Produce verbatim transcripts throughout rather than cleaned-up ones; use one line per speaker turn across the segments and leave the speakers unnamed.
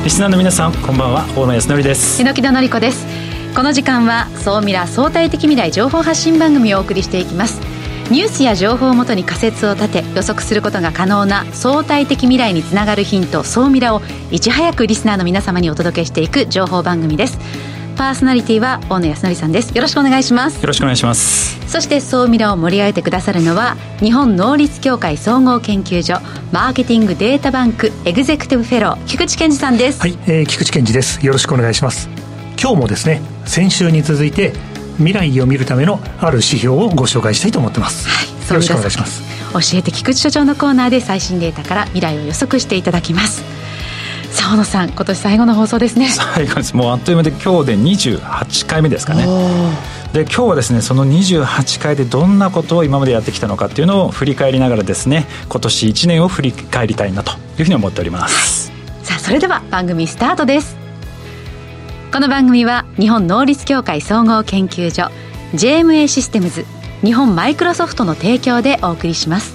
リスナーの皆さんこんばんは、大野康則です。
榎田典子です。この時間は総ミラ相対的未来情報発信番組をお送りしていきます。ニュースや情報をもとに仮説を立て予測することが可能な相対的未来につながるヒント、総ミラをいち早くリスナーの皆様にお届けしていく情報番組です。パーソナリティは大野康則さんです。よろしくお願いします。
よろしくお願いします。
そして総ミラを盛り上げてくださるのは日本能率協会総合研究所マーケティングデータバンクエグゼクティブフェロー菊池健二さんです。
はい、えー、菊池健二です。よろしくお願いします。今日もですね、先週に続いて未来を見るためのある指標をご紹介したいと思ってます、はい、よろしくお願いします。
教えて菊池所長のコーナーで最新データから未来を予測していただきます。さあ、大野さん、今年最後の放送ですね。
最後です。もうあっという間で今日でにじゅうはちかいめですかね。で今日はですね、そのにじゅうはちかいでどんなことを今までやってきたのかっていうのを振り返りながらですね、今年いちねんを振り返りたいなというふうに思っております、
はい、さあそれでは番組スタートです。この番組は日本能率協会総合研究所 ジェーエムエー システムズ、日本マイクロソフトの提供でお送りします。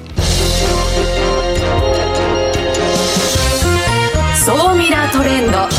総ミラトレンド。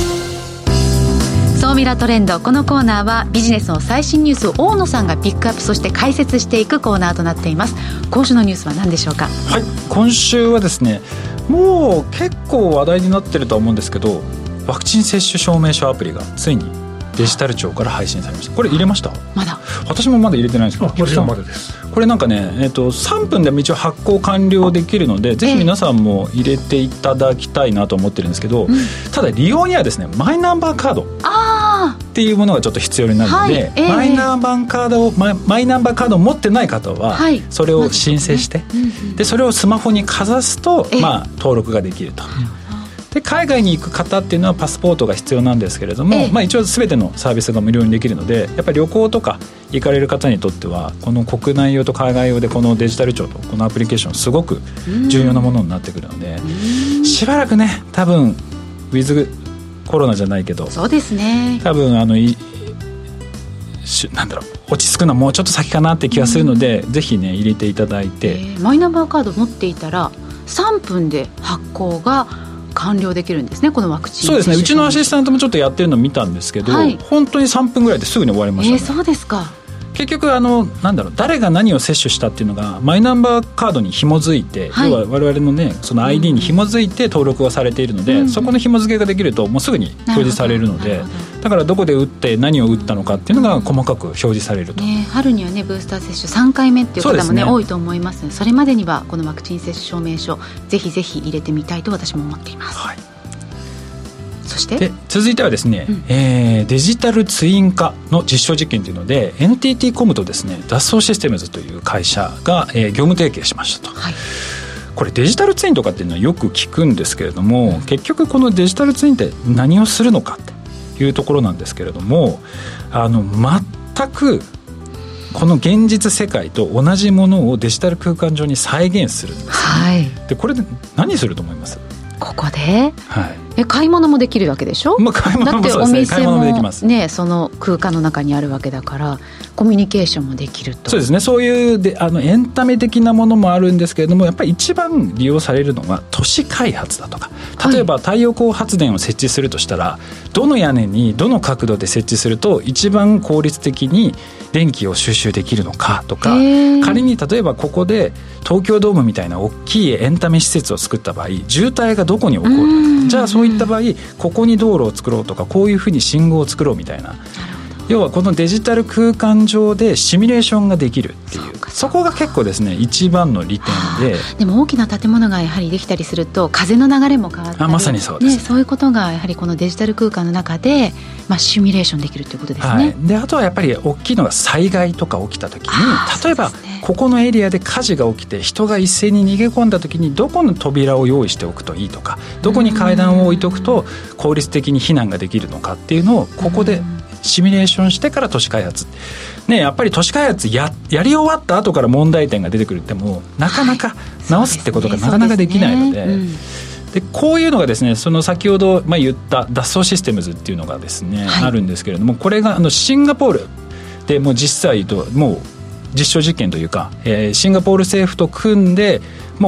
総ミラトレンド、このコーナーはビジネスの最新ニュースを大野さんがピックアップ、そして解説していくコーナーとなっています。今週のニュースは何でしょうか。
はい、今週はですね、もう結構話題になってると思うんですけど、ワクチン接種証明書アプリがついにデジタル庁から配信されました。これ入れました？
まだ。
私もまだ入れてないんですけど。
私はまだです。
これなんかね、えー、とさんぷんで一応発行完了できるので、ぜひ皆さんも入れていただきたいなと思ってるんですけど、うん、ただ利用にはですね、マイナンバーカードっていうものがちょっと必要になるので、はいえー、マイナンバーカードをマイ、マイナンバーカードを持ってない方は、はい、それを申請して、まずね、うんうん、でそれをスマホにかざすと、えーまあ、登録ができると。で海外に行く方っていうのはパスポートが必要なんですけれども、ええまあ、一応全てのサービスが無料にできるので、やっぱり旅行とか行かれる方にとってはこの国内用と海外用でこのデジタル庁とこのアプリケーションすごく重要なものになってくるので、しばらくね、多分ウィズコロナじゃないけど、
そうですね、
多分あのいなんだろう、落ち着くのはもうちょっと先かなって気がするので、ぜひね入れていただいて、え
ー、マイナンバーカード持っていたらさんぷんで発行が完了できるんですね、このワクチン。
そうですね、うちのアシスタントもちょっとやってるのを見たんですけど、はい、本当にさんぷんぐらいですぐに終わりましたね、
えー、そうですか。
結局あのなんだろう、誰が何を接種したっていうのがマイナンバーカードに紐づいて、はい、要は我々のね、その アイディー に紐づいて登録がされているので、うん、そこの紐付けができるともうすぐに表示されるので、だからどこで打って何を打ったのかっていうのが細かく表示されると、
ね、春にはねブースター接種さんかいめっていう方も ね, ね多いと思いますので、それまでにはこのワクチン接種証明書ぜひぜひ入れてみたいと私も思っています、はい。そして
で続いてはですね、うんえー、デジタルツイン化の実証実験というので エヌティーティー コムとですね、ダッソーシステムズという会社が、えー、業務提携しましたと、はい。これデジタルツインとかっていうのはよく聞くんですけれども、うん、結局このデジタルツインって何をするのかっていうところなんですけれども、あの全くこの現実世界と同じものをデジタル空間上に再現するんです、ね、はい。でこれで何すると思います？
ここで、
はい、
え買い物もできるわけでしょ、
まあ、買い物もそうですね、
だってお店も
買い物もできます、
ね、その空間の中にあるわけだからコミュニケーションもできると。
そうですね、そういうであのエンタメ的なものもあるんですけれども、やっぱり一番利用されるのは都市開発だとか、例えば太陽光発電を設置するとしたら、はい、どの屋根にどの角度で設置すると一番効率的に電気を収集できるのかとか、仮に例えばここで東京ドームみたいな大きいエンタメ施設を作った場合、渋滞がどこに起こるのか、じゃあそういった場合ここに道路を作ろうとか、こういうふうに信号を作ろうみたいな、要はこのデジタル空間上でシミュレーションができるっていう、そこが結構ですね一番の利点で。
でも大きな建物がやはりできたりすると風の流れも変わったり、
あまさにそうです、ね
ね、そういうことがやはりこのデジタル空間の中で、まあ、シミュレーションできるということですね、
はい、であとはやっぱり大きいのが災害とか起きた時に、例えばここのエリアで火事が起きて人が一斉に逃げ込んだ時にどこの扉を用意しておくといいとか、どこに階段を置いておくと効率的に避難ができるのかっていうのをここでシミュレーションしてから都市開発、ね、やっぱり都市開発 や, やり終わった後から問題点が出てくるってもなかなか直すってことがなかなかできないので、はい、で、ねうん、でこういうのがですね、その先ほどまあ言ったダッソーシステムズっていうのがですね、はい、あるんですけれども、これがあのシンガポールでもう実際ともう実証実験というか、えー、シンガポール政府と組んでもう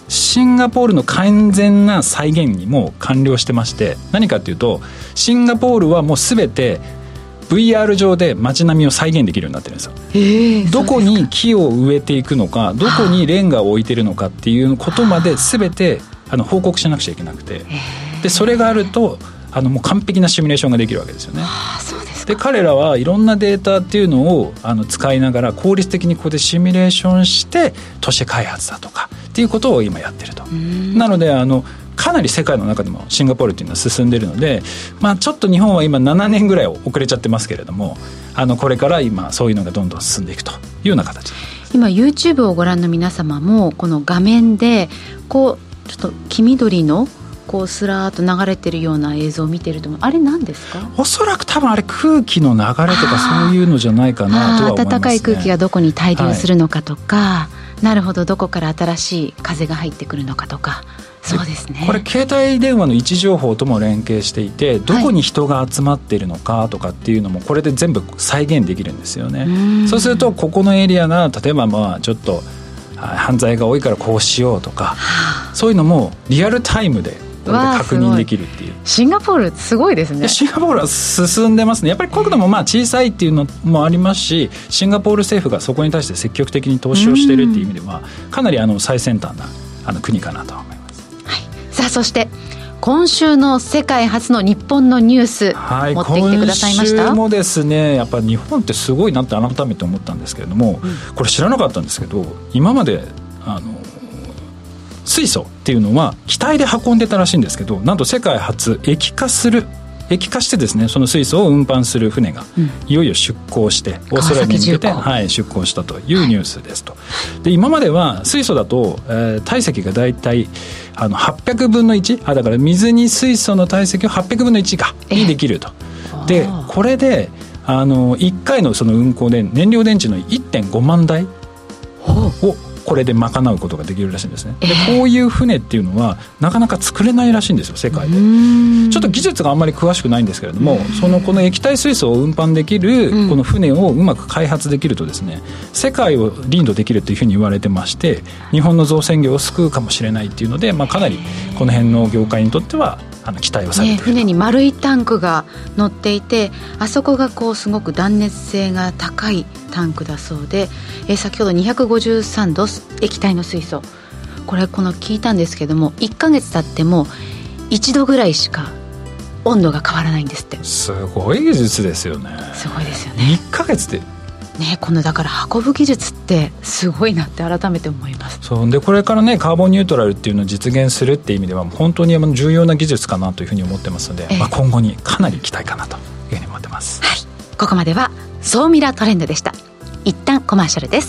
シンガポールの完全な再現にも完了してまして、何かというとシンガポールはもう全て ブイアール 上で街並みを再現できるようになってるんですよ。
えー、
どこに木を植えていくのか、どこにレンガを置いてるのかっていうことまで全てあの報告しなくちゃいけなくて、でそれがあるとあのもう完璧なシミュレーションができるわけですよね。
あ、そうですか。
で彼らはいろんなデータっていうのをあの使いながら効率的にここでシミュレーションして都市開発だとかっていうことを今やってると。なのであのかなり世界の中でもシンガポールっていうのは進んでいるので、まあ、ちょっと日本は今ななねんぐらい遅れちゃってますけれども、あのこれから今そういうのがどんどん進んでいくというような形。
今 YouTube をご覧の皆様もこの画面でこうちょっと黄緑のこうスラーっと流れてるような映像を見てると思う。あれ何ですか？
おそらく多分あれ空気の流れとかそういうのじゃないかなとは思いますね。
暖かい空気がどこに滞留するのかとか、はい、なるほど、どこから新しい風が入ってくるのかとか。そうですね、
これ携帯電話の位置情報とも連携していて、どこに人が集まっているのかとかっていうのもこれで全部再現できるんですよね。そうするとここのエリアが例えばまあちょっと犯罪が多いからこうしようとか、そういうのもリアルタイムでこれで確認できるっていう。
シンガポールすごいですね。
シンガポールは進んでますね。やっぱり国土もまあ小さいっていうのもありますし、シンガポール政府がそこに対して積極的に投資をしているっていう意味ではかなりあの最先端なあの国かなと思います。
さあ、そして今週の世界初の日本のニュース、はい、持ってきてくださいました。
今週もですね、やっぱり日本ってすごいなって改めて思ったんですけれども、うん、これ知らなかったんですけど、今まであの水素っていうのは機体で運んでたらしいんですけど、なんと世界初液化する液化してですね、その水素を運搬する船がいよいよ出港して、うん、オーストラリアに向けて、はい、出港したというニュースですと。で今までは水素だと、えー、体積がだいたいあのはっぴゃくぶんのいち、あだから水に水素の体積をはっぴゃくぶんのいちがにできると。でこれであのいっかいのその運行で燃料電池の いってんごまんだいをこれで賄うことができるらしいんですね。でこういう船っていうのはなかなか作れないらしいんですよ、世界で。ちょっと技術があんまり詳しくないんですけれども、そのこの液体水素を運搬できるこの船をうまく開発できるとですね、世界をリードできるというふうに言われてまして、日本の造船業を救うかもしれないっていうので、まあ、かなりこの辺の業界にとってはあの期待をされている、ね、
船に丸いタンクが乗っていて、あそこがこうすごく断熱性が高いタンクだそうで、えー、先ほどにひゃくごじゅうさんど液体の水素、これこの聞いたんですけども、いっかげつ経ってもいちどぐらいしか温度が変わらないんですって。
すごい技術ですよね。
すごいですよね。
いっかげつで
ね、このだから運ぶ技術ってすごいなって改めて思います。
そうでこれからねカーボンニュートラルっていうのを実現するっていう意味では本当に重要な技術かなというふうに思ってますので、まあ、今後にかなり期待かなというふうに思ってます、
はい、ここまでは総ミラトレンドでした。一旦コマーシャルです。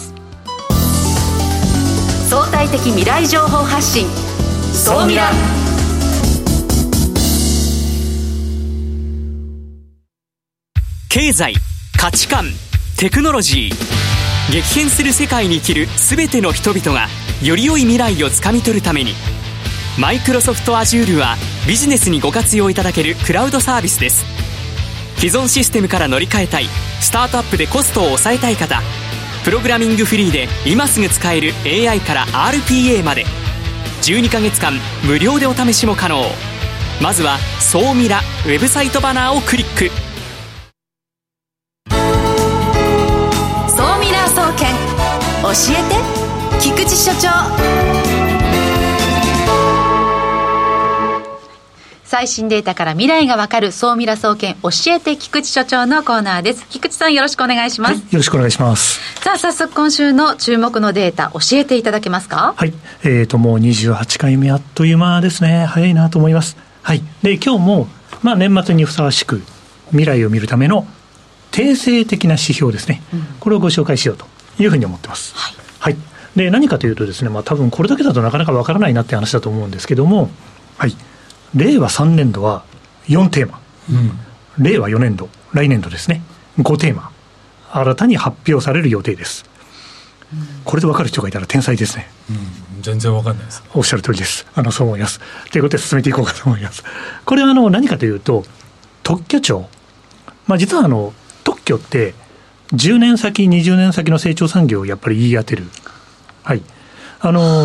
相対的未来情報発信、総ミラ。
経済、価値観、テクノロジー、激変する世界に生きるすべての人々がより良い未来をつかみ取るために、マイクロソフト Azure はビジネスにご活用いただけるクラウドサービスです。既存システムから乗り換えたい、スタートアップでコストを抑えたい方、プログラミングフリーで今すぐ使える エーアイ から アールピーエー までじゅうにかげつかん無料でお試しも可能。まずは総ミラウェブサイトバナーをクリック。
教えて菊池所長。最新データから未来がわかる総ミラ総研教えて菊池所長のコーナーです。菊池さん、よろしくお願いします、はい、
よろしくお願いします。
さあ早速今週の注目のデータ教えていただけますか。
はい、えーともうにじゅうはちかいめあっという間ですね。早いなと思います。はい、で今日も、まあ、年末にふさわしく未来を見るための定性的な指標ですね、うん、これをご紹介しようというふうに思ってます。はい、はい、で何かというとですね、まあ、多分これだけだとなかなかわからないなって話だと思うんですけども、はい、れいわさんねんどはよんテーマ、うん、れいわよねんど来年度ですねごテーマ新たに発表される予定です、うん、これでわかる人がいたら天才ですね、
うん、全然わかんないです。
おっしゃる通りです。あのそう思います。ということで進めていこうかと思います。これはあの何かというと特許庁、まあ、実はあの特許ってじゅうねん先にじゅうねん先の成長産業をやっぱり言い当てる、はい、あの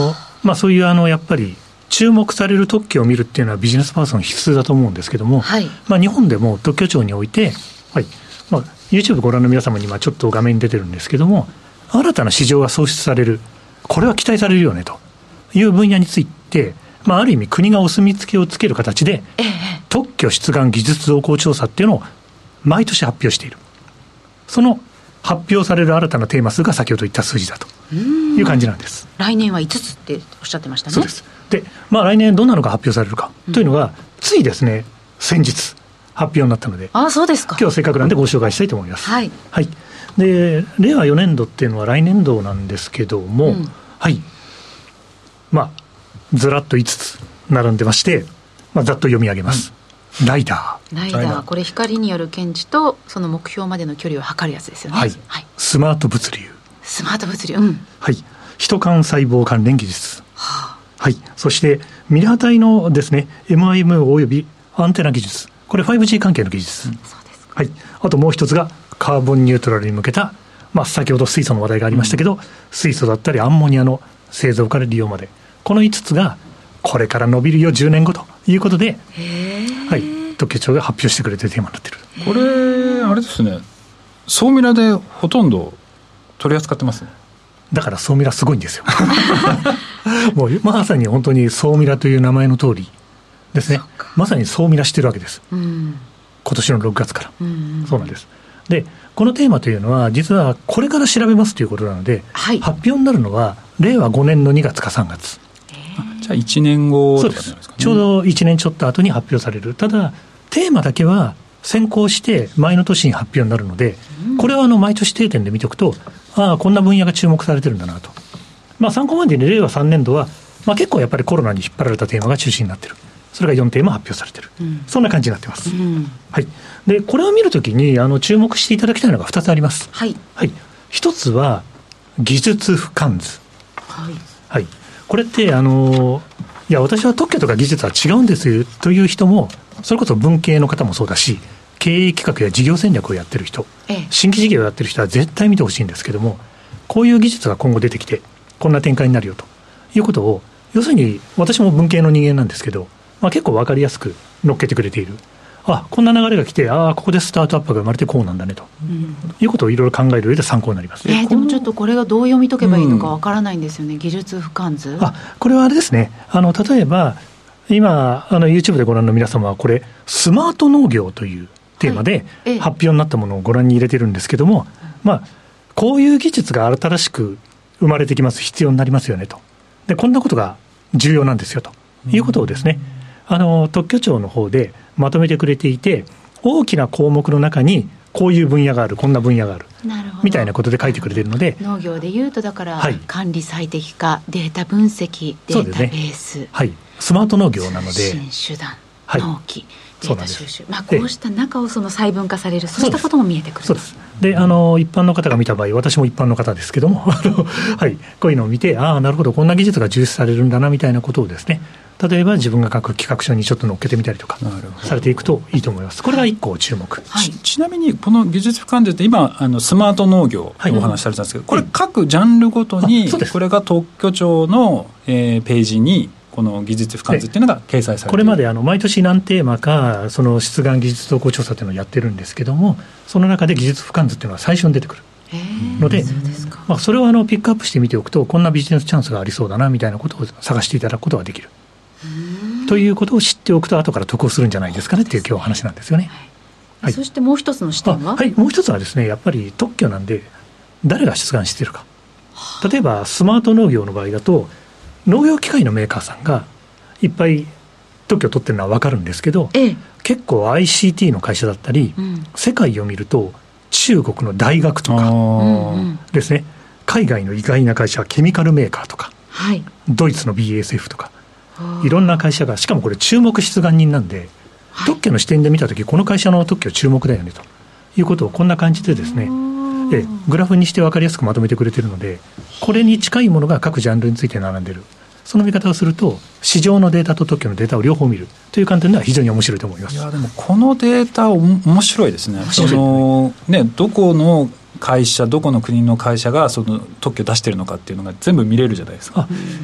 まあ、そういうあのやっぱり注目される特許を見るっていうのはビジネスパーソン必須だと思うんですけども、はい、まあ、日本でも特許庁において、はい、まあ、YouTube ご覧の皆様に今ちょっと画面に出てるんですけども、新たな市場が創出される、これは期待されるよねという分野について、まあ、ある意味国がお墨付きをつける形で、ええ、特許出願技術動向調査っていうのを毎年発表している。その発表される新たなテーマ数が先ほど言った数字だという感じなんです。
来年はいつつっておっしゃってましたね。
そうです。で、まあ、来年どんなのが発表されるかというのが、うん、ついですね先日発表になったので、
あ、そうですか。
今日せっかくなんでご紹介したいと思います。
はい、
はい、でれいわよねんどっていうのは来年度なんですけども、うん、はい、まあずらっといつつ並んでまして、まあ、ざっと読み上げます。うん、ライダ
ーライダー、これ光による検知とその目標までの距離を測るやつですよね。
はい、はい、スマート物流、
スマート物流、うん、
はい、人間細胞関連技術、はあ、はい、そしてミラー体のですね エムアイエム およびアンテナ技術、これ ファイブジー 関係の技術、うん、そうですか。はい、あともう一つがカーボンニュートラルに向けた、まあ、先ほど水素の話題がありましたけど、うん、水素だったりアンモニアの製造から利用まで、このいつつがこれから伸びるよじゅうねんごということで、はい、特許庁が発表してくれているテーマになっている。
これあれですね、総ミラでほとんど取り扱ってますね。
だから総ミラすごいんですよもうまさに本当に総ミラという名前の通りですね。まさに総ミラしてるわけです、うん、今年のろくがつから、うん、そうなんです。でこのテーマというのは実はこれから調べますということなので、はい、発表になるのはれいわごねんのにがつかさんがつ、
じゃあいちねんごとかじゃないですかね。
ちょうどいちねんちょっと後に発表される。ただテーマだけは先行して前の年に発表になるので、うん、これはあの毎年定点で見ておくと、ああこんな分野が注目されてるんだなと。まあ、参考までにれいわさんねんどは、まあ、結構やっぱりコロナに引っ張られたテーマが中心になってる。それがよんテーマ発表されてる、うん、そんな感じになってます、うん、はい、でこれを見るときにあの注目していただきたいのがふたつあります。はい、はい、ひとつは技術俯瞰図、はいはい、これってあのいや私は特許とか技術は違うんですよという人も、それこそ文系の方もそうだし、経営企画や事業戦略をやってる人、ええ、新規事業をやってる人は絶対見てほしいんですけども、こういう技術が今後出てきてこんな展開になるよということを、要するに私も文系の人間なんですけど、まあ、結構分かりやすく乗っけてくれている。あ、こんな流れが来て、ああここでスタートアップが生まれてこうなんだねと、うん、いうことをいろいろ考える上で参考になります、
えー、でもちょっとこれがどう読み解けばいいのか分からないんですよね、うん、技術俯瞰図。
あ、これはあれですね、あの例えば今あの YouTube でご覧の皆様はこれスマート農業というテーマで発表になったものをご覧に入れてるんですけども、はい、まあ、こういう技術が新しく生まれてきます、必要になりますよねと。でこんなことが重要なんですよということをですね、あの特許庁の方でまとめてくれていて、大きな項目の中にこういう分野がある、こんな分野があるみたいなことで書いてくれているので、
農業でいうとだから、はい、管理最適化、データ分析、データベース、ね、
はい、スマート農業なので
新手段、はい、納期、データ収集、まあ、こうした中をその細分化される、そうしたことも見えてくる。
そうです。で、あの一般の方が見た場合、私も一般の方ですけどもあの、はい、こういうのを見て、ああなるほどこんな技術が重視されるんだなみたいなことをですね、例えば自分が書く企画書にちょっと載っけてみたりとかされていくといいと思います。これが一個注目、
はい、ち, ちなみにこの技術俯瞰図って今あのスマート農業のお話されてたんですけど、はい、これ各ジャンルごとにこれが特許庁の、えー、ページにこの技術俯瞰図っていうのが掲載されている。
これまであの毎年何テーマかその出願技術動向調査というのをやってるんですけども、その中で技術俯瞰図っていうのは最初に出てくるので、まあ、それをあのピックアップして見ておくと、こんなビジネスチャンスがありそうだなみたいなことを探していただくことができるということを知っておくと、後から得をするんじゃないですかねっていう今日話なんですよね。
はい、そしてもう一つの視点は、
はい、もう一つはですね、やっぱり特許なんで誰が出願しているか。例えばスマート農業の場合だと、農業機械のメーカーさんがいっぱい特許を取ってるのは分かるんですけど、ええ、結構 アイシーティー の会社だったり、うん、世界を見ると中国の大学とかですね、海外の意外な会社、ケミカルメーカーとか、はい、ドイツの ビーエーエスエフ とか、いろんな会社が、しかもこれ注目出願人なんで、はい、特許の視点で見たとき、この会社の特許注目だよねということをこんな感じでですね、えグラフにして分かりやすくまとめてくれているので、これに近いものが各ジャンルについて並んでいる。その見方をすると、市場のデータと特許のデータを両方見るという観点では非常に面白いと思います。
いやでもこのデータお面白いですね。そのね、どこの会社、どこの国の会社がその特許出してるのかっていうのが全部見れるじゃないですか。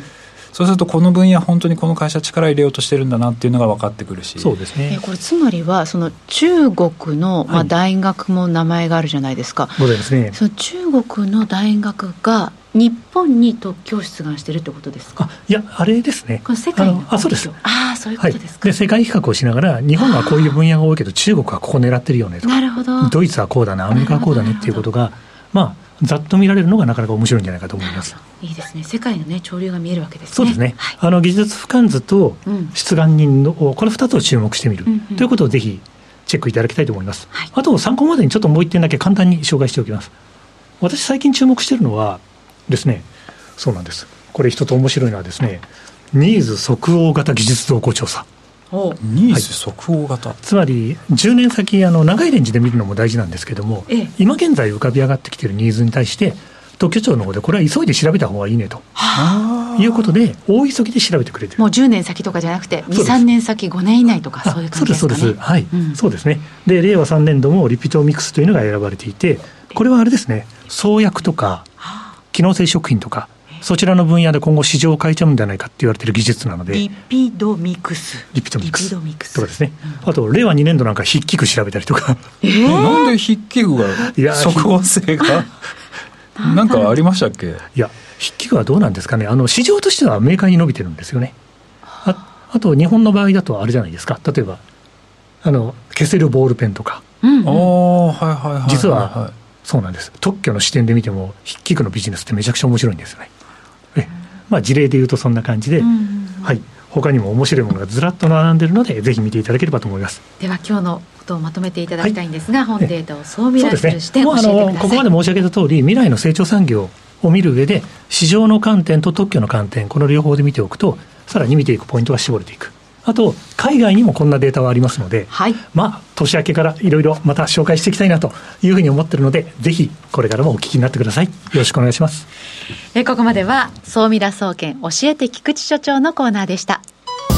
そうするとこの分野本当にこの会社力入れようとしてるんだなっていうのが分かってくるし。
そうですね。
えこれつまりはその中国の、まあ、大学も名前があるじゃないですか、
そうですね。
その中国の大学が日本に特許出願してるってことですか。
あいやあれですね、
これ世界の
あのあそうです。
あそういうことですか、
はい、で世界比較をしながら日本はこういう分野が多いけど中国はここ狙ってるよねとか、
なるほど、
ドイツはこうだなアメリカはこうだねっていうことがまあざっと見られるのがなかなか面白いんじゃないかと思います。
いいですね。世界の、ね、潮流が見えるわけですね。
そうですね、
はい、
あの技術俯瞰図と出願人の、うん、これふたつを注目してみる、うんうん、ということをぜひチェックいただきたいと思います、はい、あと参考までにちょっともう一点だけ簡単に紹介しておきます。私最近注目しているのはですね、そうなんです、これ一つ面白いのはですね、ニーズ即応型技術動向調査。
ニーズ即応型、
はい、つまりじゅうねん先あの長いレンジで見るのも大事なんですけども、ええ、今現在浮かび上がってきているニーズに対して特許庁の方でこれは急いで調べた方がいいねということで大急ぎで調べてくれてる。
もうじゅうねん先とかじゃなくて にさんねん先ごねん以内とかそういう感じですかね。
そうですそうです、はい、うん、そうですね。で令和さんねん度もリピートミックスというのが選ばれていて、これはあれですね、創薬とか機能性食品とかそちらの分野で今後市場を変えちゃうんじゃないかって言われている技術なので、
リピドミクス
リピドミクスとかですね、うん、あと令和にねん度なんか筆記具調べたりとか、
えー、なんで筆記具が即応性がなんかありましたっけ。
いや筆記具はどうなんですかね、あの市場としては明快に伸びてるんですよね。 あ, あと日本の場合だとあれじゃないですか、例えばあの消せるボールペンとか、
うんうん、
おはいはいはいはい、
実はそうなんです、特許の視点で見ても筆記具のビジネスってめちゃくちゃ面白いんですよね。えまあ、事例でいうとそんな感じで、うんうんうん、はい、他にも面白いものがずらっと並んでいるのでぜひ見ていただければと思います。
では今日のことをまとめていただきたいんですが、はい、本データを総ミラーする視点を教えてください。
もうあのここまで申し上げた通り未来の成長産業を見る上で市場の観点と特許の観点、この両方で見ておくとさらに見ていくポイントが絞れていく。あと海外にもこんなデータはありますので、はい、まあ年明けからいろいろまた紹介していきたいなというふうに思っているので、ぜひこれからもお聞きになってください。よろしくお願いします。
えここまでは総ミラ総研教えて菊池所長のコーナーでした。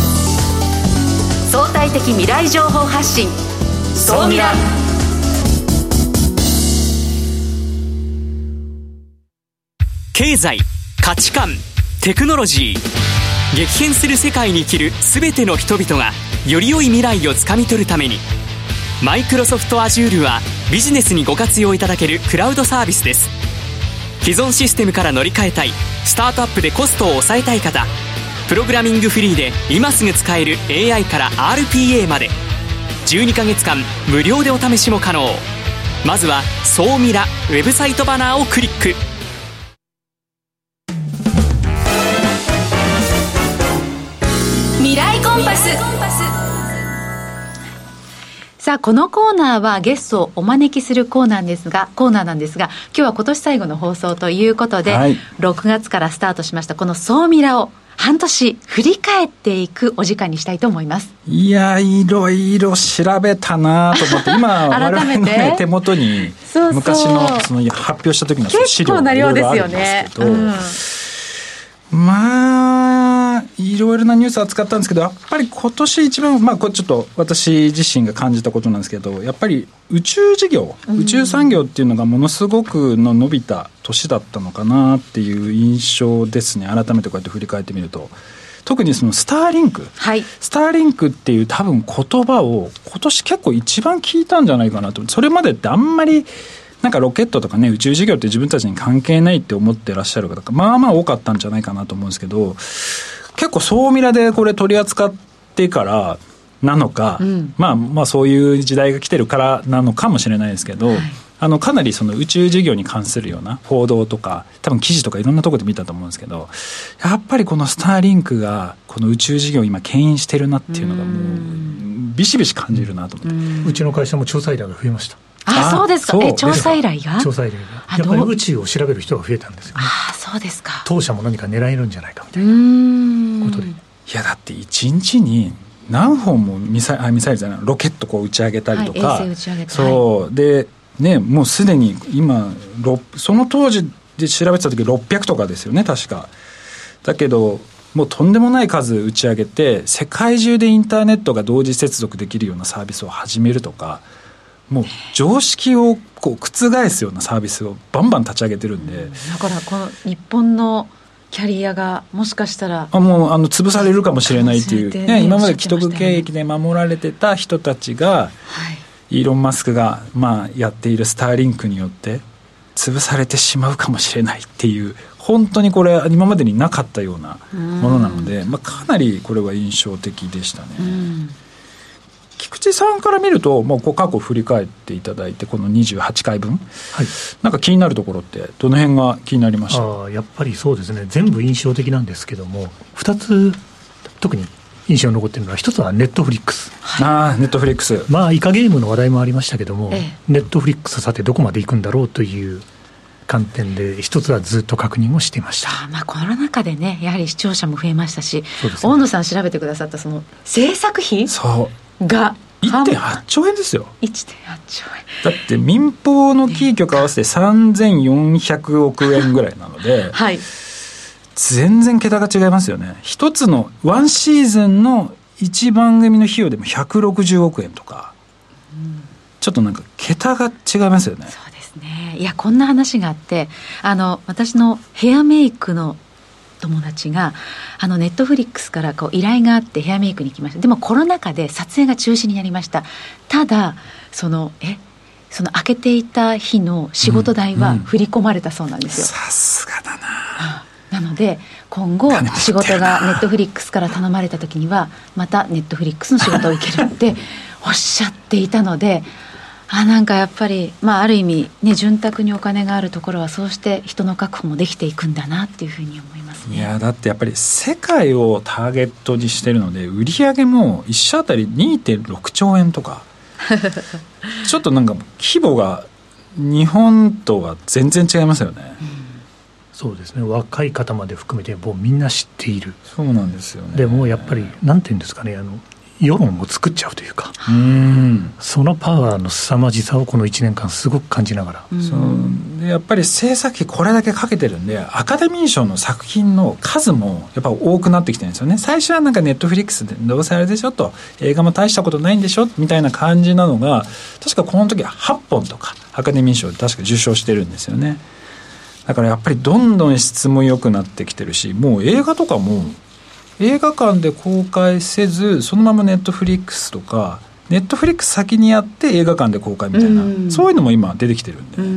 相対的未来情報発信総ミラ。
経済、価値観、テクノロジー、激変する世界に生きるすべての人々がより良い未来をつかみ取るために、マイクロソフト Azure はビジネスにご活用いただけるクラウドサービスです。既存システムから乗り換えたい、スタートアップでコストを抑えたい方、プログラミングフリーで今すぐ使える エーアイ から アールピーエー までじゅうにかげつかん無料でお試しも可能。まずは総ミラウェブサイトバナーをクリック。
未来コンパス。さあこのコーナーはゲストをお招きするコーナーですがコーナーなんですが今日は今年最後の放送ということで、はい、ろくがつからスタートしましたこの総ミラを半年振り返っていくお時間にしたいと思います。
いやいろいろ調べたなと思って今我々の、ね、手元に昔のその発表した時の資料がいろいろあるんですけど、まあいろいろなニュースを扱ったんですけど、やっぱり今年一番、まあこれちょっと私自身が感じたことなんですけど、やっぱり宇宙事業、宇宙産業っていうのがものすごくの伸びた年だったのかなっていう印象ですね。改めてこうやって振り返ってみると、特にそのスターリンク、はい、スターリンクっていう多分言葉を今年結構一番聞いたんじゃないかなと。それまでってあんまりなんかロケットとかね、宇宙事業って自分たちに関係ないって思ってらっしゃる方がまあまあ多かったんじゃないかなと思うんですけど、結構総ミラでこれ取り扱ってからなのか、うん、まあまあそういう時代が来てるからなのかもしれないですけど、はい、あのかなりその宇宙事業に関するような報道とか多分記事とかいろんなところで見たと思うんですけど、やっぱりこのスターリンクがこの宇宙事業を今牽引してるなっていうのがもうビシビシ感じるなと思って、う,
うちの会社も調査依頼が増えました。
ああそうですか。え調査依頼が
調査依頼がやっぱり宇宙を調べる人が増えたんですよね。
あそうですか。
当社も何か狙えるんじゃないかみたいなことで。い
やだっていちにちに何本もミサイル、あミサイルじゃないロケットこう打ち上げたりとか、
はい、衛星打ち上げた
そう、はい、でねもうすでに今その当時で調べてた時ろっぴゃくとかですよね確か。だけどもうとんでもない数打ち上げて世界中でインターネットが同時接続できるようなサービスを始めるとか、もう常識をこう覆すようなサービスをバンバン立ち上げてるんで、
だからこの日本のキャリアがもしかしたら
あもうあの潰されるかもしれないっていう、ねね、今まで既得権益で守られてた人たちが、はい、イーロン・マスクが、まあ、やっているスターリンクによって潰されてしまうかもしれないっていう本当にこれ今までになかったようなものなので、まあ、かなりこれは印象的でしたね。菊池さんから見るともうこう過去振り返っていただいてこのにじゅうはちかいぶん、はい、なんか気になるところってどの辺が気になりました？
あやっぱりそうですね、全部印象的なんですけどもふたつ特に印象に残っているのは一つはネットフリックス、
はい、あネットフリックス、
まあイカゲームの話題もありましたけども、ええ、ネットフリックスさてどこまで行くんだろうという観点で一つはずっと確認をしていました。
あ、まあ、コロナ禍でねやはり視聴者も増えましたし、ね、大野さん調べてくださったその制作費が
いってんはちちょうえんですよ。
いってんはちちょうえん
だって民放のキー局合わせてさんぜんよんひゃくおくえんぐらいなので、はい、全然桁が違いますよね。一つのワンシーズンのいちばん組の費用でもひゃくろくじゅうおくえんとか、うん、ちょっとなんか桁が違いますよね。
そうですね。いやこんな話があってあの私のヘアメイクの友達があのネットフリックスからこう依頼があってヘアメイクに行きました。でもコロナ禍で撮影が中止になりました。ただそのえその開けていた日の仕事代は振り込まれたそうなんですよ。
さすがだな。
なので今後仕事がネットフリックスから頼まれた時にはまたネットフリックスの仕事を受けるっておっしゃっていたのであなんかやっぱり、まあ、ある意味、ね、潤沢にお金があるところはそうして人の確保もできていくんだなっていうふうに思いますね。
いやだってやっぱり世界をターゲットにしてるので売上もいっ社あたり にてんろくちょうえんとかちょっとなんか規模が日本とは全然違いますよね、うん、
そうですね。若い方まで含めてもうみんな知っている。
そうなんですよね。
でもやっぱりなんていうんですかね、あの世論を作っちゃうというか、うんそのパワーの凄まじさをこのいちねんかんすごく感じながら、
うん、そうでやっぱり制作費これだけかけてるんでアカデミー賞の作品の数もやっぱ多くなってきてるんですよね。最初はなんかネットフリックスでどうせあれでしょと映画も大したことないんでしょみたいな感じなのが確かこの時ははっぽんとかアカデミー賞で確か受賞してるんですよね。だからやっぱりどんどん質も良くなってきてるしもう映画とかも映画館で公開せずそのままネットフリックスとかネットフリックス先にやって映画館で公開みたいな、うん、そういうのも今出てきてるんで、うん、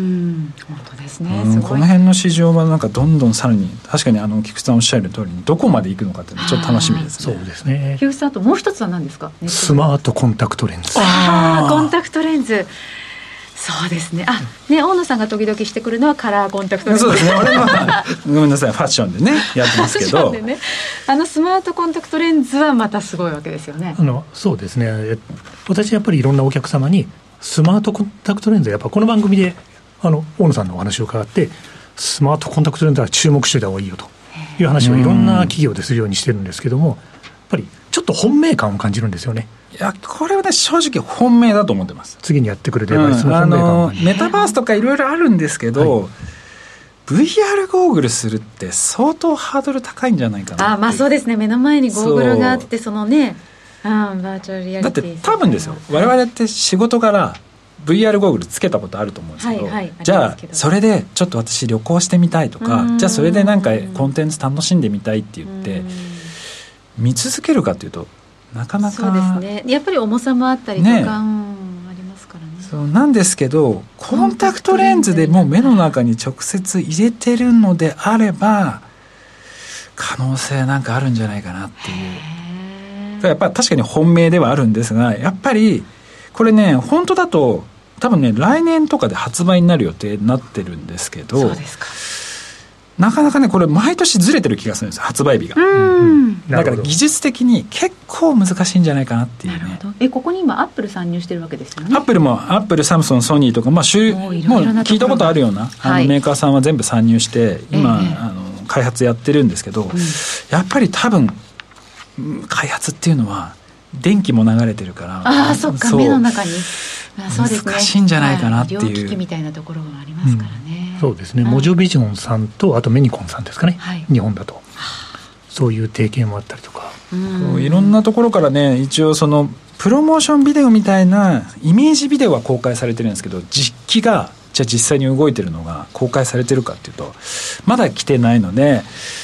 本当ですね、
うん、この辺の市場はなんかどんどんさらに確かにあの菊池さんおっしゃる通りにどこまで行くのかっていうのはちょっと楽しみですね。
そうですね。
菊池さんともう一つは何ですか？
スマートコンタクトレンズ。
ああコンタクトレンズそうですね。あ、ね、大野さんが時々してくるのはカラーコンタクトレンズ。
そうですね。俺はごめんなさい、ファッションでねやってますけど、ね、
あのスマートコンタクトレンズはまたすごいわけですよね。
あのそうですね。私やっぱりいろんなお客様にスマートコンタクトレンズやっぱこの番組であの大野さんのお話を伺ってスマートコンタクトレンズは注目しておいた方がいいよという話をいろんな企業でするようにしてるんですけども、やっぱりちょっと本命感を感じるんですよね。
いやこれはね正直本命だと思ってます。
次にやってくるデバイスの本命感、
うん、あのメタバースとかいろいろあるんですけど、はい、ブイアール ゴーグルするって相当ハードル高いんじゃないかな。
あまあそうですね。目の前にゴーグルがあってそのねあバーチャルリアリティ
だって多分ですよ、はい、我々って仕事から ブイアール ゴーグルつけたことあると思うんですけど、はいはい、じゃあそれでちょっと私旅行してみたいとかじゃあそれでなんかコンテンツ楽しんでみたいって言って見続けるかというとなかなか
そうですね。やっぱり重さもあったりとか、ね、うん、ありますからね。
そうなんですけどコンタクトレンズでもう目の中に直接入れてるのであれば可能性なんかあるんじゃないかなっていう。やっぱり確かに本命ではあるんですがやっぱりこれね本当だと多分ね来年とかで発売になる予定になってるんですけど、
そうですか。
なかなかねこれ毎年ずれてる気がするんですよ発売日が。うんだから技術的に結構難しいんじゃないかなっていうね。
なるほど。えここに今アップル参入してるわけですよね。
アップルもアップルサムソンソニーとか、まあ、種もう聞いたことあるようなあのメーカーさんは全部参入して今、えー、あの開発やってるんですけど、うん、やっぱり多分開発っていうのは電気も流れてるから
ああそっか目の中にあそうですね、
難しいんじゃないかなっていう、
はい、両利きみたいなところがありますからね、
うん、そうですね。モジョビジョンさんとあとメニコンさんですかね、はい、日本だとそういう提携もあったりとか、
うん、いろんなところからね一応そのプロモーションビデオみたいなイメージビデオは公開されてるんですけど実機がじゃあ実際に動いてるのが公開されてるかっていうとまだ来てないので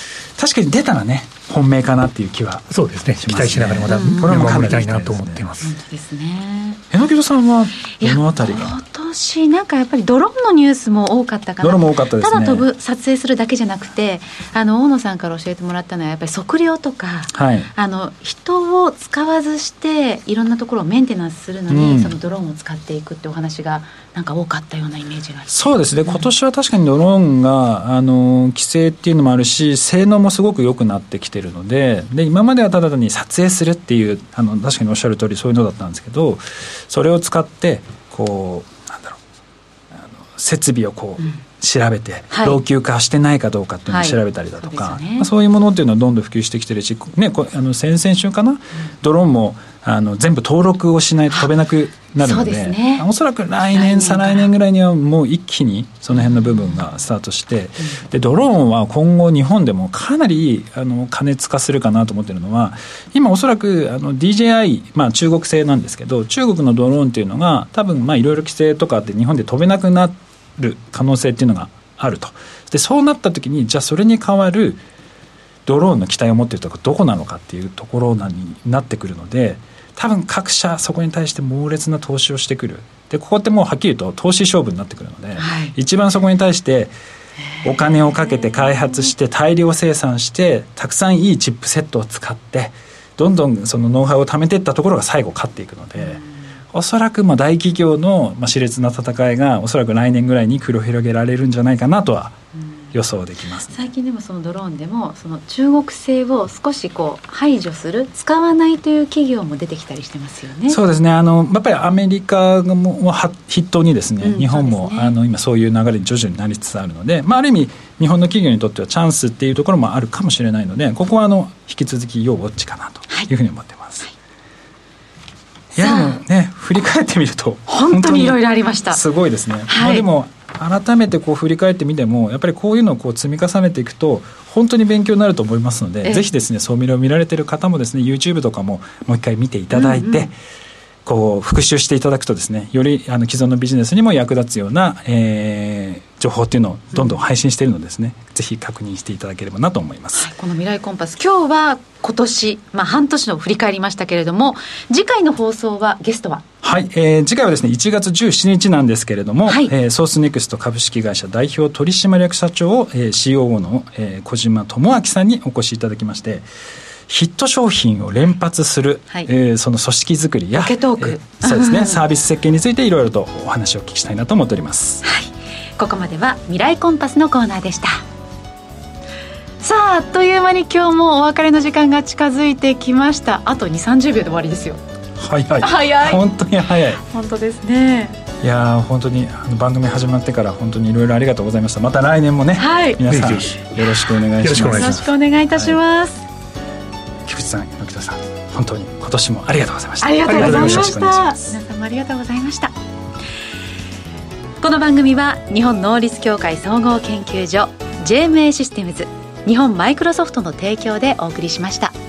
確かに出たらね本命かなっていう気は、そうですね、期待しながらまたこれも頑張りたいなと思っています。
本当ですね。
榎戸さんはどのあたりが？
今年なんかやっぱりドローンのニュースも多かったかな。
ドローンも多かったですね。
ただ飛ぶ撮影するだけじゃなくて、あの大野さんから教えてもらったのはやっぱり測量とか、はい、あの人を使わずしていろんなところをメンテナンスするのに、うん、そのドローンを使っていくってお話がなんか多かったようなイメージがあります。
そうですね、今年は確かにドローンがあの規制っていうのもあるし、性能もすごく良くなってきてるので、で今まではただ単に撮影するっていう、あの確かにおっしゃる通りそういうのだったんですけど、それを使ってこうなんだろう、あの設備をこう、うん調べて、はい、老朽化してないかどうかっていうのを調べたりだとか、はい そうですね、まあ、そういうものっていうのはどんどん普及してきてるし、ね、こあの先々週かな、うん、ドローンもあの全部登録をしないと飛べなくなるの で, で、ね、おそらく来年再来年ぐらいにはもう一気にその辺の部分がスタートして、うん、でドローンは今後日本でもかなりあの加熱化するかなと思ってるのは、今おそらくあの ディージェーアイ、まあ、中国製なんですけど、中国のドローンっていうのが多分まあいろいろ規制とかあって日本で飛べなくなる可能性っていうのがあると。でそうなった時に、じゃあそれに代わるドローンの機体を持っているところどこなのかっていうところになってくるので、多分各社そこに対して猛烈な投資をしてくる。でここってもうはっきりと投資勝負になってくるので、はい、一番そこに対してお金をかけて開発して大量生産してたくさんいいチップセットを使ってどんどんそのノウハウを貯めていったところが最後勝っていくので、おそらくまあ大企業のまあ熾烈な戦いがおそらく来年ぐらいに繰り広げられるんじゃないかなとは予想できます、ね、
最近でもそのドローンでもその中国製を少しこう排除する、使わないという企業も出てきたりしてますよね。
そうですね、あのやっぱりアメリカも筆頭にですね、うん、日本もね、あの今そういう流れに徐々になりつつあるので、まあ、ある意味日本の企業にとってはチャンスっていうところもあるかもしれないので、ここはあの引き続き要ウォッチかなというふうに思ってます、はいはい、いやでもね、振り返ってみると
本当にいろいろありました。
すごいですね、
はい、
まあ、でも改めてこう振り返ってみてもやっぱりこういうのをこう積み重ねていくと本当に勉強になると思いますので、ぜひですね総ミラを見られている方もですね YouTube とかももう一回見ていただいて、うんうん、こう復習していただくとですね、よりあの既存のビジネスにも役立つような、えー、情報っていうのをどんどん配信しているのでですね、うん、ぜひ確認していただければなと思います、
はい、この未来コンパス、今日は今年、まあ、半年の振り返りましたけれども、次回の放送はゲストは
はい、えー、次回はですねいちがつじゅうしちにちなんですけれども、はい、えー、ソースネクスト株式会社代表取締役社長を、えー、シーオーオー の、えー、小島智明さんにお越しいただきまして、ヒット商品を連発する、はい、えー、その組織づくりや
ロケトーク、
えー、そうですねサービス設計についていろいろとお話をお聞きしたいなと思っております、
はい、ここまでは未来コンパスのコーナーでした。さあ、あっという間に今日もお別れの時間が近づいてきました。あとにじゅう、さんじゅうびょうで終わりですよ。
早い
早い、
本当に早い。
本当ですね。
いや本当にあの番組始まってから本当にいろいろありがとうございました。また来年もね、はい、皆さんよろしくお願いします。
よろしくお願いいたします、はい、
菊池さん、榎田さん、本当に今年もありがとうございました。
ありがとうございました。皆さんもありがとうございました。この番組は日本能率協会総合研究所 ジェーエムエー システムズ、日本マイクロソフトの提供でお送りしました。